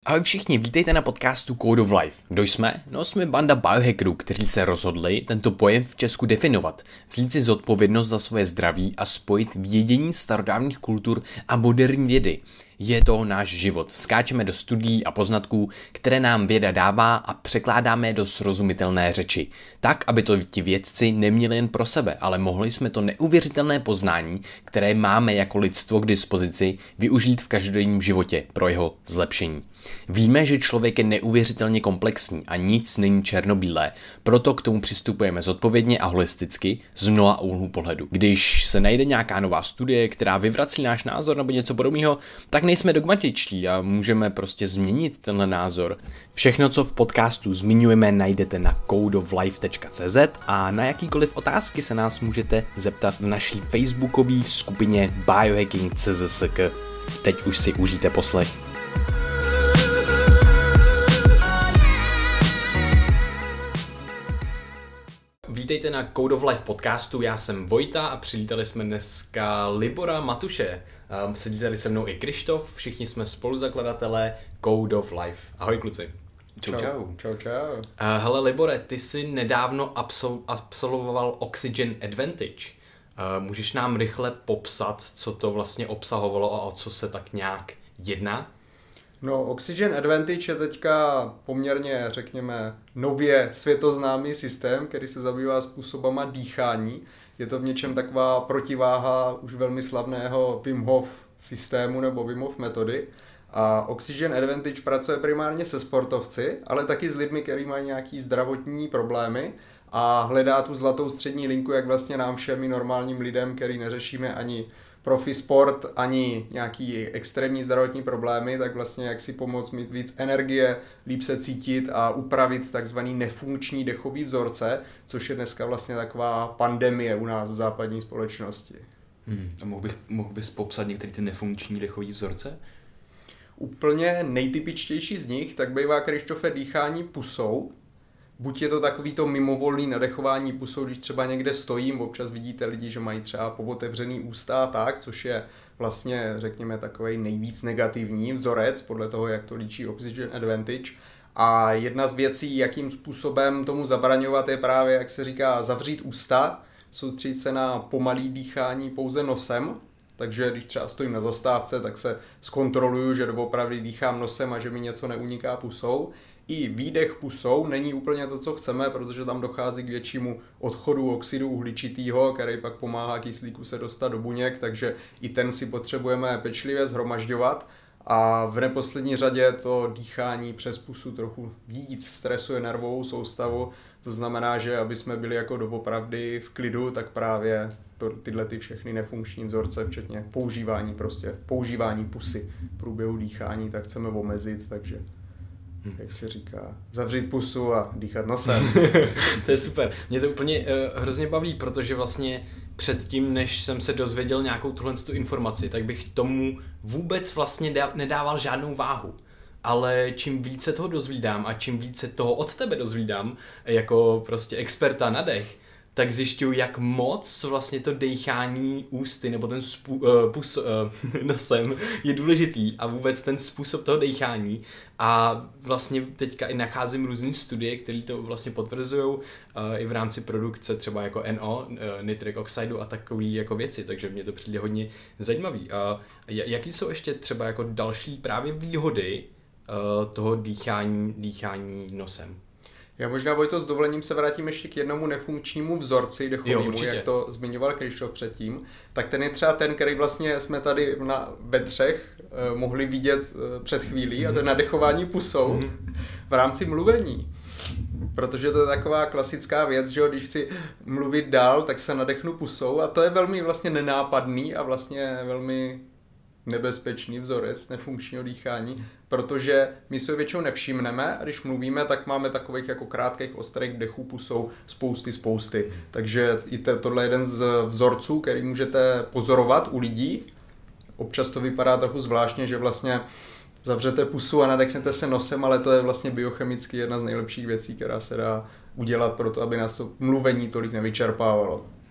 Ahoj všichni, vítejte na podcastu Code of Life. Kdo jsme? No, jsme banda biohackerů, kteří se rozhodli tento pojem v Česku definovat, vzít si zodpovědnost za svoje zdraví a spojit vědění starodávných kultur a moderní vědy. Je to náš život. Skáčeme do studií a poznatků, které nám věda dává a překládáme je do srozumitelné řeči. Tak, aby to ti vědci neměli jen pro sebe, ale mohli jsme to neuvěřitelné poznání, které máme jako lidstvo k dispozici, využít v každodenním životě pro jeho zlepšení. Víme, že člověk je neuvěřitelně komplexní a nic není černobílé, proto k tomu přistupujeme zodpovědně a holisticky z mnoha úhlů pohledu. Když se najde nějaká nová studie, která vyvrací náš názor nebo něco podobného, tak nejsme dogmatičtí a můžeme prostě změnit tenhle názor. Všechno, co v podcastu zmiňujeme, najdete na codeoflife.cz a na jakýkoliv otázky se nás můžete zeptat v naší facebookové skupině Biohacking CZSK. Teď už si užijte poslech. Vítejte na Code of Life podcastu, já jsem Vojta a přivítali jsme dneska Libora Matuše. Sedí tady se mnou i Krištof, všichni jsme spoluzakladatelé Code of Life. Ahoj kluci. Čau. Hele Libore, ty jsi nedávno absolvoval Oxygen Advantage. Můžeš nám rychle popsat, co to vlastně obsahovalo a o co se tak nějak jedná? No, Oxygen Advantage je teďka poměrně, řekněme, nově světoznámý systém, který se zabývá způsobama dýchání. Je to v něčem taková protiváha už velmi slavného Wim Hof systému nebo Wim Hof metody. A Oxygen Advantage pracuje primárně se sportovci, ale taky s lidmi, kteří mají nějaký zdravotní problémy a hledá tu zlatou střední linku, jak vlastně nám všem normálním lidem, který neřešíme ani profi sport, ani nějaký extrémní zdravotní problémy, tak vlastně jak si pomoct mít víc energie, líp se cítit a upravit takzvaný nefunkční dechový vzorce, což je dneska vlastně taková pandemie u nás v západní společnosti. A mohl bys popsat některé ty nefunkční dechový vzorce? Úplně nejtypičtější z nich tak bývá, Krištofe, dýchání pusou. Buď je to takový to mimovolný nadechování pusou, když třeba někde stojím, občas vidíte lidi, že mají třeba povotevřený ústa a tak, což je vlastně, řekněme, takový nejvíc negativní vzorec, podle toho, jak to líčí Oxygen Advantage. A jedna z věcí, jakým způsobem tomu zabraňovat, je právě, jak se říká, zavřít ústa, soustředit se na pomalý dýchání pouze nosem. Takže když třeba stojím na zastávce, tak se zkontroluju, že doopravdy dýchám nosem a že mi něco neuniká pusou. I výdech pusou není úplně to, co chceme, protože tam dochází k většímu odchodu oxidu uhličitého, který pak pomáhá kyslíku se dostat do buněk, takže i ten si potřebujeme pečlivě shromažďovat. A v neposlední řadě to dýchání přes pusu trochu víc stresuje nervovou soustavu. To znamená, že aby jsme byli jako doopravdy v klidu, tak právě tyhle ty všechny nefunkční vzorce, včetně používání pusy v průběhu dýchání, tak chceme omezit, takže jak se říká, zavřít pusu a dýchat nosem. To je super. Mě to úplně hrozně baví, protože vlastně předtím, než jsem se dozvěděl nějakou tuhle informaci, tak bych tomu vůbec vlastně nedával žádnou váhu. Ale čím více toho dozvídám a čím více toho od tebe dozvídám, jako prostě experta na dech, tak zjišťuju, jak moc vlastně to dýchání ústy nebo ten nosem je důležitý a vůbec ten způsob toho dýchání. A vlastně teďka i nacházím různé studie, které to vlastně potvrzují i v rámci produkce třeba jako NO, nitric oxidu a takové jako věci, takže mě to přijde hodně zajímavý. Jaký jsou ještě třeba jako další právě výhody toho dýchání nosem? Já možná, Vojto, s dovolením se vrátím ještě k jednomu nefunkčnímu vzorci dechovému, jak to zmiňoval Krištof předtím. Tak ten je třeba ten, který vlastně jsme tady ve třech mohli vidět před chvílí, a to je nadechování pusou v rámci mluvení. Protože to je taková klasická věc, že když chci mluvit dál, tak se nadechnu pusou a to je velmi vlastně nenápadný a vlastně velmi nebezpečný vzorec nefunkčního dýchání, protože my si ho většinou nevšimneme a když mluvíme, tak máme takových jako krátkých ostrých dechů pusou spousty. Takže i tohle je jeden z vzorců, který můžete pozorovat u lidí. Občas to vypadá trochu zvláštně, že vlastně zavřete pusu a nadechnete se nosem, ale to je vlastně biochemicky jedna z nejlepších věcí, která se dá udělat pro to, aby nás to mluvení tolik nevyčerpávalo.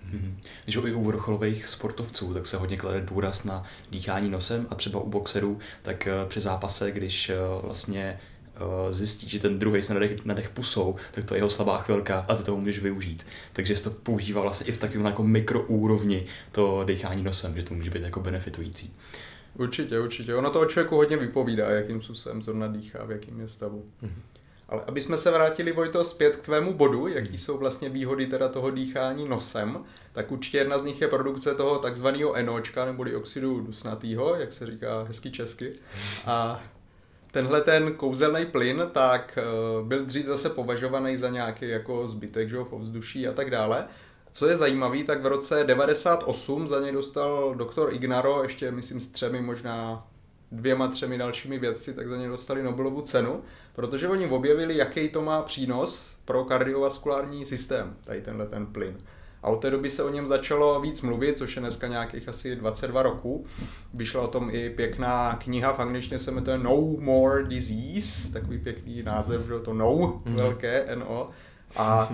Když i u vrcholových sportovců, tak se hodně klade důraz na dýchání nosem a třeba u boxerů, tak při zápase, když vlastně zjistí, že ten druhý se nadech pusou, tak to je jeho slabá chvilka a ty toho můžeš využít. Takže se to používá vlastně i v takovém jako mikroúrovni to dýchání nosem, že to může být jako benefitující. Určitě. Ono toho člověku hodně vypovídá, jakým způsobem zrovna dýchá, v jakým je stavu. Ale aby jsme se vrátili, Vojto, zpět k tvému bodu, jaký jsou vlastně výhody teda toho dýchání nosem, tak určitě jedna z nich je produkce toho takzvaného NOčka, neboli oxidu dusnatého, jak se říká hezky česky. A tenhle ten kouzelný plyn tak byl dřív zase považovaný za nějaký jako zbytek, že, v ovzduší a tak dále. Co je zajímavé, tak v roce 98 za něj dostal doktor Ignaro, ještě myslím s 3, možná 2, 3 dalšími vědci, tak za něj dostali Nobelovu cenu, protože oni objevili, jaký to má přínos pro kardiovaskulární systém, tady tenhle ten plyn. A od té doby se o něm začalo víc mluvit, což je dneska nějakých asi 22 roků. Vyšla o tom i pěkná kniha, v angličtině se jmenuje No More Disease, takový pěkný název, že to No, velké NO. A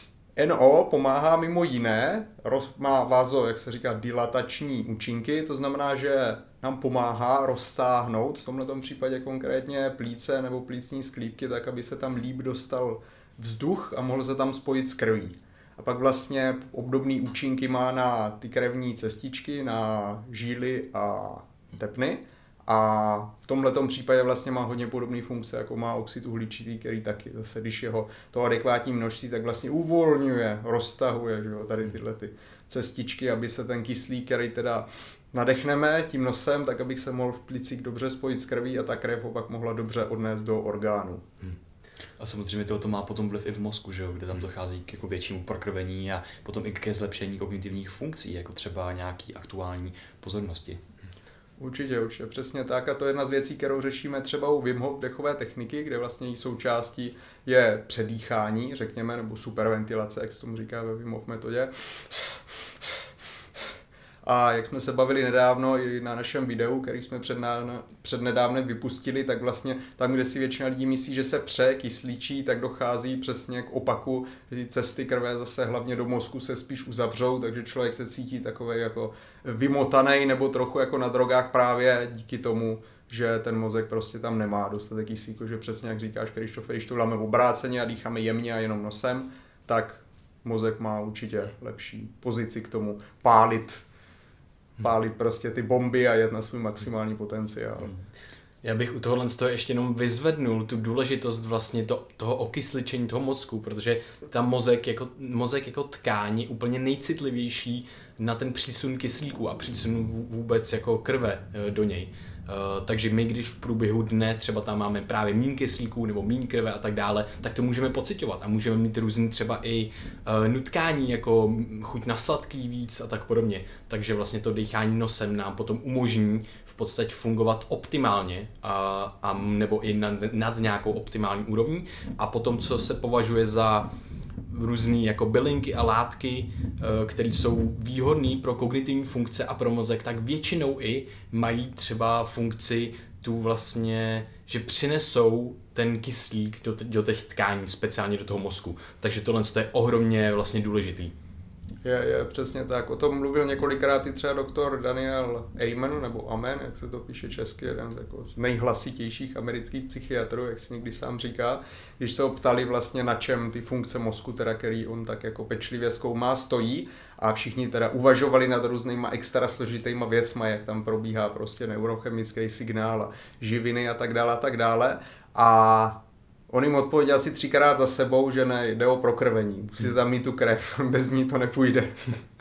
NO pomáhá mimo jiné, má jak se říká, dilatační účinky, to znamená, že nám pomáhá roztáhnout, v tomto případě konkrétně plíce nebo plícní sklípky, tak aby se tam líp dostal vzduch a mohl se tam spojit s krví. A pak vlastně obdobné účinky má na ty krevní cestičky, na žíly a tepny. A v tomhletom případě vlastně má hodně podobné funkce, jako má oxid uhličitý, který taky zase, když jeho to adekvátní množství, tak vlastně uvolňuje, roztahuje, že jo, tady tyhle ty cestičky, aby se ten kyslík, který teda nadechneme tím nosem, tak abych se mohl v plicích dobře spojit s krví a ta krev ho pak mohla dobře odnést do orgánů. A samozřejmě to má potom vliv i v mozku, že jo, kde tam dochází k jako většímu prokrvení a potom i ke zlepšení kognitivních funkcí, jako třeba nějaký aktuální pozornosti. Určitě, přesně tak. A to je jedna z věcí, kterou řešíme třeba u Wim Hof dechové techniky, kde vlastně její součástí je předýchání, řekněme, nebo superventilace, jak se tomu říká ve Wim Hof metodě. A jak jsme se bavili nedávno i na našem videu, který jsme přednedávnem vypustili, tak vlastně tam, kde si většina lidí myslí, že se překyslíčí, tak dochází přesně k opaku, že ty cesty krve zase hlavně do mozku se spíš uzavřou, takže člověk se cítí takovej jako vymotaný nebo trochu jako na drogách právě díky tomu, že ten mozek prostě tam nemá dostatek kyslíku, že přesně jak říkáš, Krištofe, když to děláme v obráceně a dýcháme jemně a jenom nosem, tak mozek má určitě lepší pozici k tomu pálit prostě ty bomby a jet na svůj maximální potenciál. Já bych u tohohle ještě jenom vyzvednul tu důležitost vlastně toho okysličení toho mozku, protože ta mozek jako tkání je úplně nejcitlivější na ten přísun kyslíku a přísun vůbec jako krve do něj. Takže my, když v průběhu dne třeba tam máme právě míň kyslíků nebo míň krve a tak dále, tak to můžeme pociťovat a můžeme mít různý třeba i nutkání, jako chuť na sladký víc a tak podobně. Takže vlastně to dýchání nosem nám potom umožní v podstatě fungovat optimálně a nebo i nad nějakou optimální úrovní. A potom, co se považuje za různý jako bylinky a látky, které jsou výhodné pro kognitivní funkce a pro mozek, tak většinou i mají třeba funkci tu vlastně, že přinesou ten kyslík do těch tkání, speciálně do toho mozku. Takže tohle je ohromně vlastně důležitý. Je přesně tak. O tom mluvil několikrát i třeba doktor Daniel Amen, nebo Amen, jak se to píše česky, jeden z nejhlasitějších amerických psychiatrů, jak si někdy sám říká, když se ho ptali vlastně na čem ty funkce mozku, teda, který on tak jako pečlivě zkoumá, stojí, a všichni teda uvažovali nad různýma extra složitýma věcma, jak tam probíhá prostě neurochemický signál a živiny a tak dále. A on jim odpověděl asi 3krát za sebou, že ne, jde o prokrvení. Musíte tam mít tu krev, bez ní to nepůjde.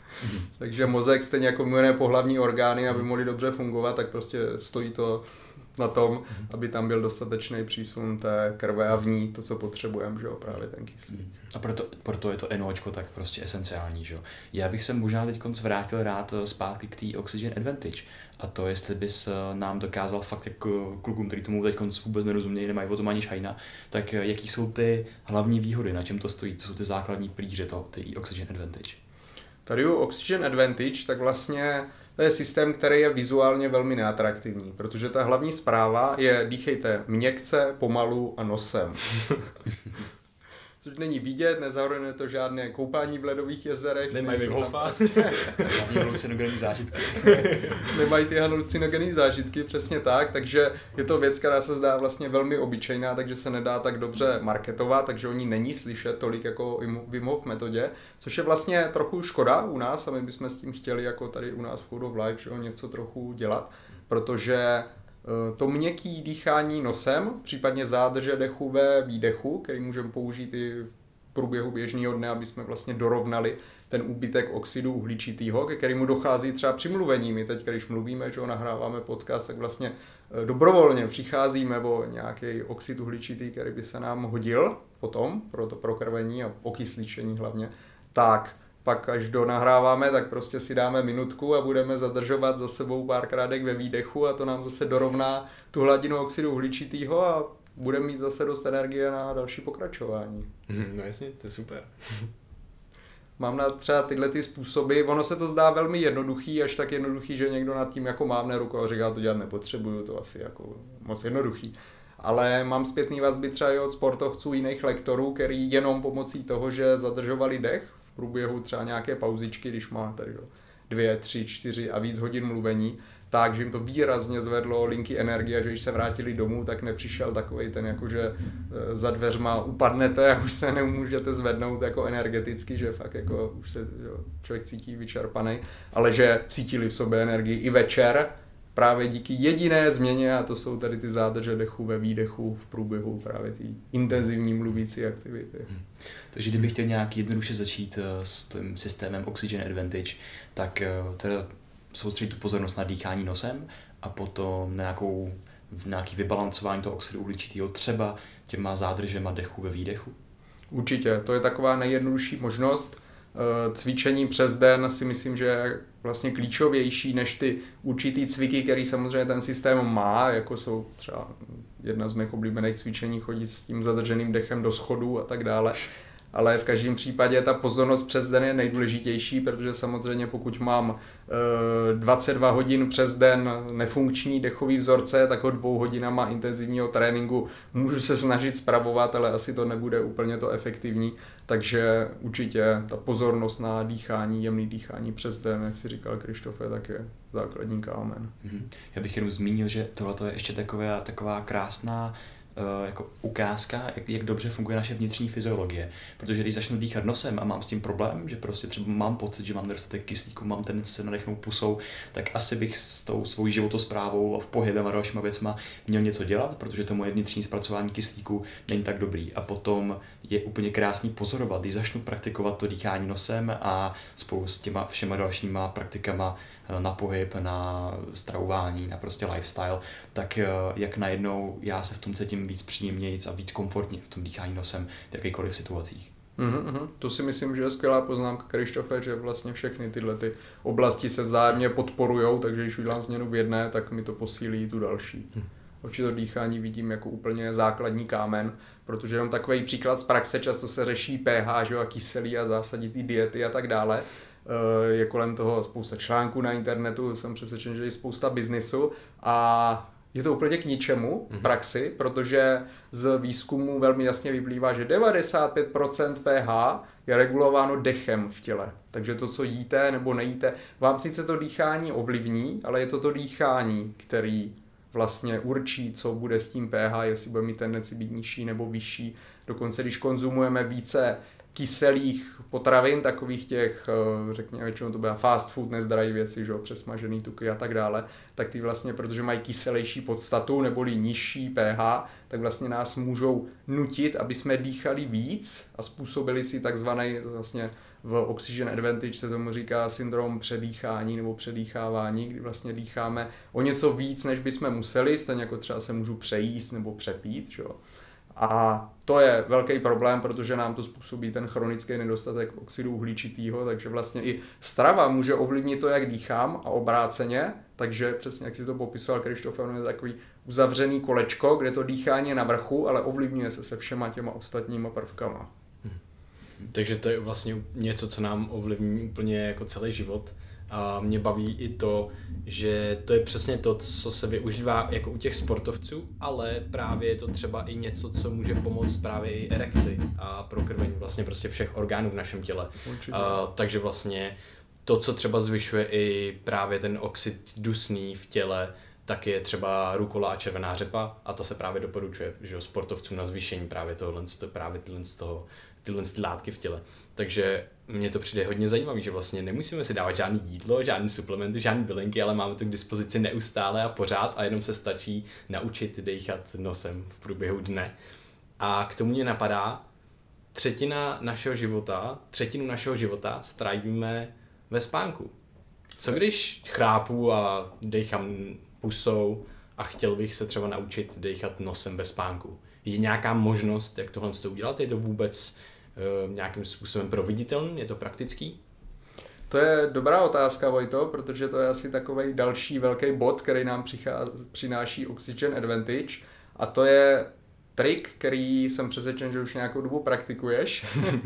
Takže mozek, stejně jako jiné pohlavní orgány, aby mohly dobře fungovat, tak prostě stojí to na tom, aby tam byl dostatečný přísun té krve a v ní to, co potřebujeme, že jo, právě ten kyslík. A proto je to NOčko tak prostě esenciální, že jo. Já bych se možná teď vrátil rád zpátky k té Oxygen Advantage. A to, jestli bys nám dokázal fakt jako klukům, který tomu teď vůbec nerozumějí, nemají o tom ani šajna, tak jaký jsou ty hlavní výhody, na čem to stojí, co jsou ty základní pilíře ty Oxygen Advantage? Tady u Oxygen Advantage, tak vlastně to je systém, který je vizuálně velmi neatraktivní, protože ta hlavní zpráva je dýchejte měkce, pomalu a nosem. což není vidět, nezahrnuje to žádné koupání v ledových jezerech. Nemají Wim Hofa. Hlavně halucinogenní zážitky. Nemají ty halucinogenní zážitky, přesně tak, takže je to věc, která se zdá vlastně velmi obyčejná, takže se nedá tak dobře marketovat, takže oni není slyšet tolik jako Wim Hof metodě, což je vlastně trochu škoda u nás a my bychom s tím chtěli jako tady u nás v Code of Life, že něco trochu dělat, protože to měkký dýchání nosem, případně zádrže dechu ve výdechu, který můžeme použít i v průběhu běžného dne, aby jsme vlastně dorovnali ten úbytek oxidu uhličitého, ke kterému dochází třeba při mluvení. My teď, když mluvíme, že nahráváme podcast, tak vlastně dobrovolně přicházíme o nějaký oxid uhličitý, který by se nám hodil potom pro to prokrvení a okysličení hlavně. Tak pak až nahráváme, tak prostě si dáme minutku a budeme zadržovat za sebou párkrát ve výdechu a to nám zase dorovná tu hladinu oxidu uhličitého a budeme mít zase dost energie na další pokračování. No jasně, to je super. Mám na třeba tyhle ty způsoby, ono se to zdá velmi jednoduchý, až tak jednoduchý, že někdo nad tím jako mávne rukou a říká, to dělat nepotřebuju, to asi jako moc jednoduchý. Ale mám zpětný vazby třeba i od sportovců jiných lektorů, který jenom pomocí toho, že zadržovali dech v průběhu třeba nějaké pauzičky, když má tady 2, 3, 4 a víc hodin mluvení, takže jim to výrazně zvedlo linky energie, že když se vrátili domů, tak nepřišel takovej ten, jakože za dveřma upadnete a už se nemůžete zvednout jako energeticky, že fakt jako už se člověk cítí vyčerpaný, ale že cítili v sobě energii i večer, právě díky jediné změně, a to jsou tady ty zádrže dechu ve výdechu v průběhu právě ty intenzivní mluvící aktivity. Takže kdybych chtěl nějak jednoduše začít s tím systémem Oxygen Advantage, tak teda soustředit tu pozornost na dýchání nosem a potom na nějaký vybalancování toho oxidu uhličitého třeba těma zádržema dechu ve výdechu? Určitě, to je taková nejjednodušší možnost. Cvičení přes den si myslím, že je vlastně klíčovější než ty určitý cviky, který samozřejmě ten systém má, jako jsou třeba jedna z mých oblíbených cvičení chodit s tím zadrženým dechem do schodů a tak dále. Ale v každém případě ta pozornost přes den je nejdůležitější, protože samozřejmě pokud mám 22 hodin přes den nefunkční dechový vzorce, tak o 2 hodinama intenzivního tréninku můžu se snažit spravovat, ale asi to nebude úplně to efektivní. Takže určitě ta pozornost na dýchání, jemný dýchání přes den, jak si říkal Krištofe, tak je základní kámen. Já bych jenom zmínil, že tohle je ještě taková krásná jako ukázka, jak dobře funguje naše vnitřní fyziologie. Protože když začnu dýchat nosem a mám s tím problém, že prostě třeba mám pocit, že mám nedostatek kyslíku, mám tendenci se nadechnout pusou, tak asi bych s tou svojí životosprávou a pohybem a dalšíma věcma měl něco dělat, protože to moje vnitřní zpracování kyslíku není tak dobrý. A potom je úplně krásný pozorovat, když začnu praktikovat to dýchání nosem a spolu s těma všema dalšíma praktikama na pohyb, na stravování, na prostě lifestyle, tak jak najednou já se v tom cítím víc příjemnějc a víc komfortně v tom dýchání nosem v jakýchkoliv situacích. To si myslím, že je skvělá poznámka Krištofe, že vlastně všechny tyhle ty oblasti se vzájemně podporujou, takže když udělám změnu v jedné, tak mi to posílí tu další. Určitě to dýchání vidím jako úplně základní kámen, protože jenom takový příklad z praxe, často se řeší pH, že jo, a kyselí a zásaditý diety a tak dále. Je kolem toho spousta článků na internetu, jsem přesvědčen, že je spousta biznisu a je to úplně k ničemu v praxi, protože z výzkumu velmi jasně vyplývá, že 95% pH je regulováno dechem v těle. Takže to, co jíte nebo nejíte, vám sice to dýchání ovlivní, ale je to dýchání, který vlastně určí, co bude s tím pH, jestli bude mít tendenci být nižší nebo vyšší. Dokonce, když konzumujeme více kyselých potravin, takových těch, řekněme, většinou to bude fast food, nezdraví věci, že jo, přesmažený tuky a tak dále, tak ty vlastně, protože mají kyselější podstatu neboli nižší pH, tak vlastně nás můžou nutit, aby jsme dýchali víc a způsobili si takzvaný vlastně v Oxygen Advantage se tomu říká syndrom předýchání nebo předýchávání, kdy vlastně dýcháme o něco víc, než bychom museli, stejně jako třeba se můžu přejíst nebo přepít, že jo. A to je velký problém, protože nám to způsobí ten chronický nedostatek oxidu uhličitého, takže vlastně i strava může ovlivnit to, jak dýchám a obráceně, takže přesně jak si to popisoval Krištof, on je takový uzavřený kolečko, kde to dýchání je na vrchu, ale ovlivňuje se všema těma ostatníma prvkama. Takže to je vlastně něco, co nám ovlivní úplně jako celý život. A mě baví i to, že to je přesně to, co se využívá jako u těch sportovců, ale právě je to třeba i něco, co může pomoct právě i erekci a prokrvení vlastně prostě všech orgánů v našem těle. Takže vlastně to, co třeba zvyšuje i právě ten oxid dusný v těle, tak je třeba rukola a červená řepa a ta se právě doporučuje, že sportovcům na zvýšení právě tyhle látky v těle. Takže mně to přijde hodně zajímavé, že vlastně nemusíme si dávat žádný jídlo, žádný suplementy, žádný bylinky, ale máme to k dispozici neustále a pořád a jenom se stačí naučit dýchat nosem v průběhu dne. A k tomu mě napadá, třetinu našeho života strávíme ve spánku. Co když chrápu a dejchám pusou a chtěl bych se třeba naučit dejchat nosem ve spánku? Je nějaká možnost, jak tohle udělat? Je to vůbec nějakým způsobem proveditelný? Je to praktický? To je dobrá otázka, Vojto, protože to je asi takovej další velký bod, který nám přináší Oxygen Advantage, a to je trik, který jsem přesvědčen, že už nějakou dobu praktikuješ,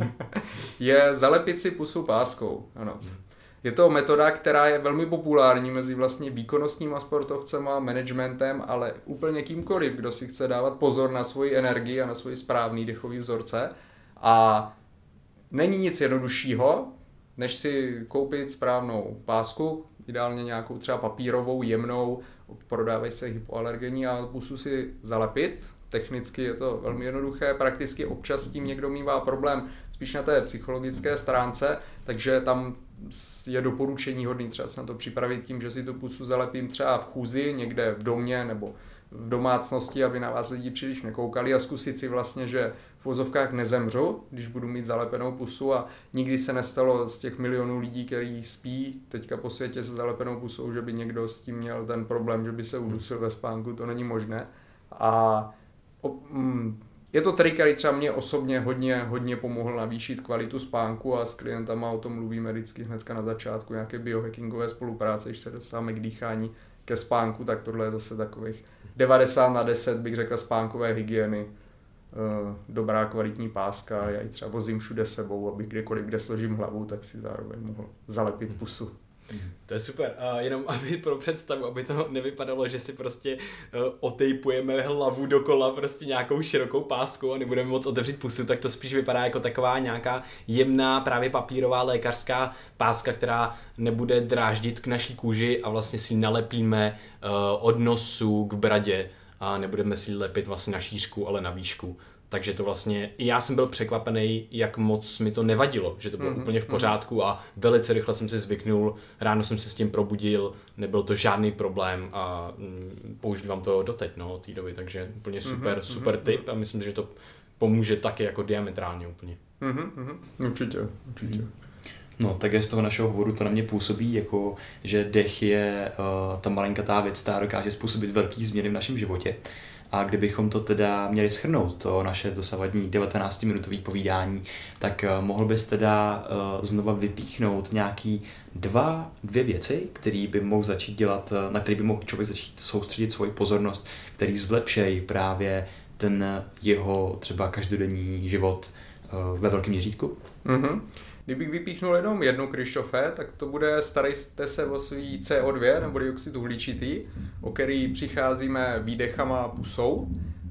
je zalepit si pusu páskou na noc. Je to metoda, která je velmi populární mezi vlastně výkonnostníma sportovcema, managementem, ale úplně kýmkoliv, kdo si chce dávat pozor na svoji energii a na svoji správný dechový vzorce. A není nic jednoduššího, než si koupit správnou pásku, ideálně nějakou třeba papírovou, jemnou, prodávají se hypoalergenní, a pusu si zalepit. Technicky je to velmi jednoduché, prakticky občas s tím někdo mívá problém spíš na té psychologické stránce, takže tam je doporučení hodný třeba se na to připravit tím, že si tu pusu zalepím třeba v chůzi, někde v domě nebo v domácnosti, aby na vás lidi příliš nekoukali, a zkusit si vlastně, že v vozovkách nezemřu, když budu mít zalepenou pusu, a nikdy se nestalo z těch milionů lidí, kteří spí teďka po světě se zalepenou pusou, že by někdo s tím měl ten problém, že by se udusil ve spánku, to není možné. A je to trik, který třeba mě osobně hodně pomohl navýšit kvalitu spánku, a s klientama o tom mluvíme vždycky hnedka na začátku nějaké biohackingové spolupráce, když se dostáváme k dýchání, ke spánku, tak tohle je zase takových 90/10 bych řekl spánkové hygieny. Dobrá kvalitní páska, já ji třeba vozím všude sebou, abych kdekoliv, kde složím hlavu, tak si zároveň mohl zalepit pusu. To je super. Jenom aby pro představu, aby to nevypadalo, že si prostě otejpujeme hlavu dokola prostě nějakou širokou páskou a nebudeme moc otevřít pusu, tak to spíš vypadá jako taková nějaká jemná právě papírová lékařská páska, která nebude dráždit k naší kůži, a vlastně si nalepíme od nosu k bradě a nebudeme si lepit vlastně na šířku, ale na výšku. Takže to vlastně, i já jsem byl překvapený, jak moc mi to nevadilo, že to bylo úplně v pořádku, a velice rychle jsem si zvyknul, ráno jsem se s tím probudil, nebyl to žádný problém a používám to doteď, od té doby, takže úplně super tip, a myslím, že to pomůže taky jako diametrálně úplně. Určitě. No, tak z toho našeho hovoru to na mě působí, jako že dech je ta malinkatá věc, která dokáže způsobit velký změny v našem životě. A kdybychom to teda měli shrnout, to naše dosavadní 19-minutové povídání, tak mohl bys teda znova vypíchnout nějaký dvě věci, které by mohl začít dělat, na které by mohl člověk začít soustředit svoji pozornost, který zlepšejí právě ten jeho třeba každodenní život ve velkém měřítku? Kdybych vypíchnul jenom jednu, Krištofe, tak to bude starejte se o svý CO2, nebo dioxid uhličitý, o který přicházíme výdechama a pusou,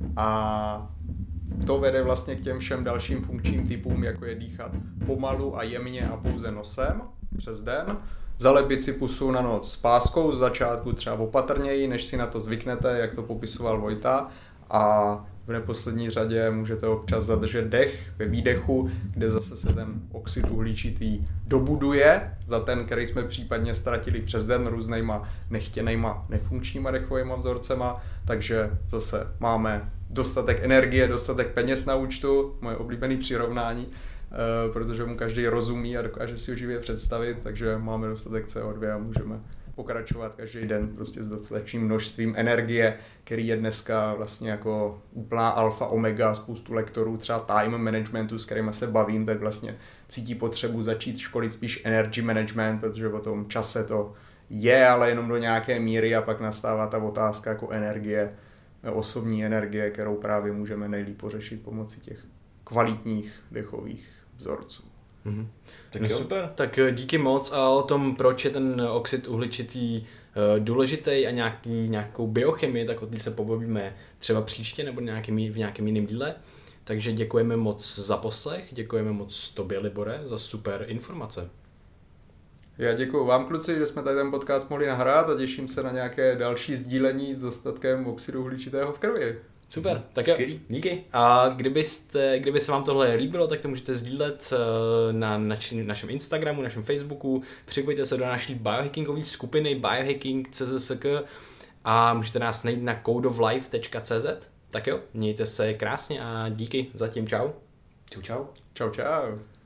a to vede vlastně k těm všem dalším funkčním typům, jako je dýchat pomalu a jemně a pouze nosem přes den, zalepit si pusu na noc s páskou, z začátku třeba opatrněji, než si na to zvyknete, jak to popisoval Vojta, a v neposlední řadě můžete občas zadržet dech ve výdechu, kde zase se ten oxid uhličitý dobuduje za ten, který jsme případně ztratili přes den různýma nechtěnýma nefunkčníma dechovýma vzorcema, takže zase máme dostatek energie, dostatek peněz na účtu, moje oblíbené přirovnání, protože mu každý rozumí a dokáže si ho živě představit, takže máme dostatek CO2 a můžeme pokračovat každý den prostě s dostatečným množstvím energie, který je dneska vlastně jako úplná alfa omega, spoustu lektorů třeba time managementu, s kterými se bavím, tak vlastně cítí potřebu začít školit spíš energy management, protože o tom čase to je, ale jenom do nějaké míry, a pak nastává ta otázka jako energie, osobní energie, kterou právě můžeme nejlíp pořešit pomocí těch kvalitních dechových vzorců. Tak no super, tak díky moc a o tom, proč je ten oxid uhličitý důležitý a nějakou biochemii, tak o té se pobavíme třeba příště nebo v nějakém jiném díle. Takže děkujeme moc za poslech, děkujeme moc tobě, Libore, za super informace. Já děkuji vám, kluci, že jsme tady ten podcast mohli nahrát a těším se na nějaké další sdílení s dostatkem oxidu uhličitého v krvi. Super, tak jo, díky. A kdyby se vám tohle líbilo, tak to můžete sdílet na našem Instagramu, našem Facebooku. Připojte se do naší biohackingové skupiny biohacking.cz a můžete nás najít na codeoflife.cz. Tak jo, mějte se krásně a díky. Zatím čau. Čau, čau. Čau, čau.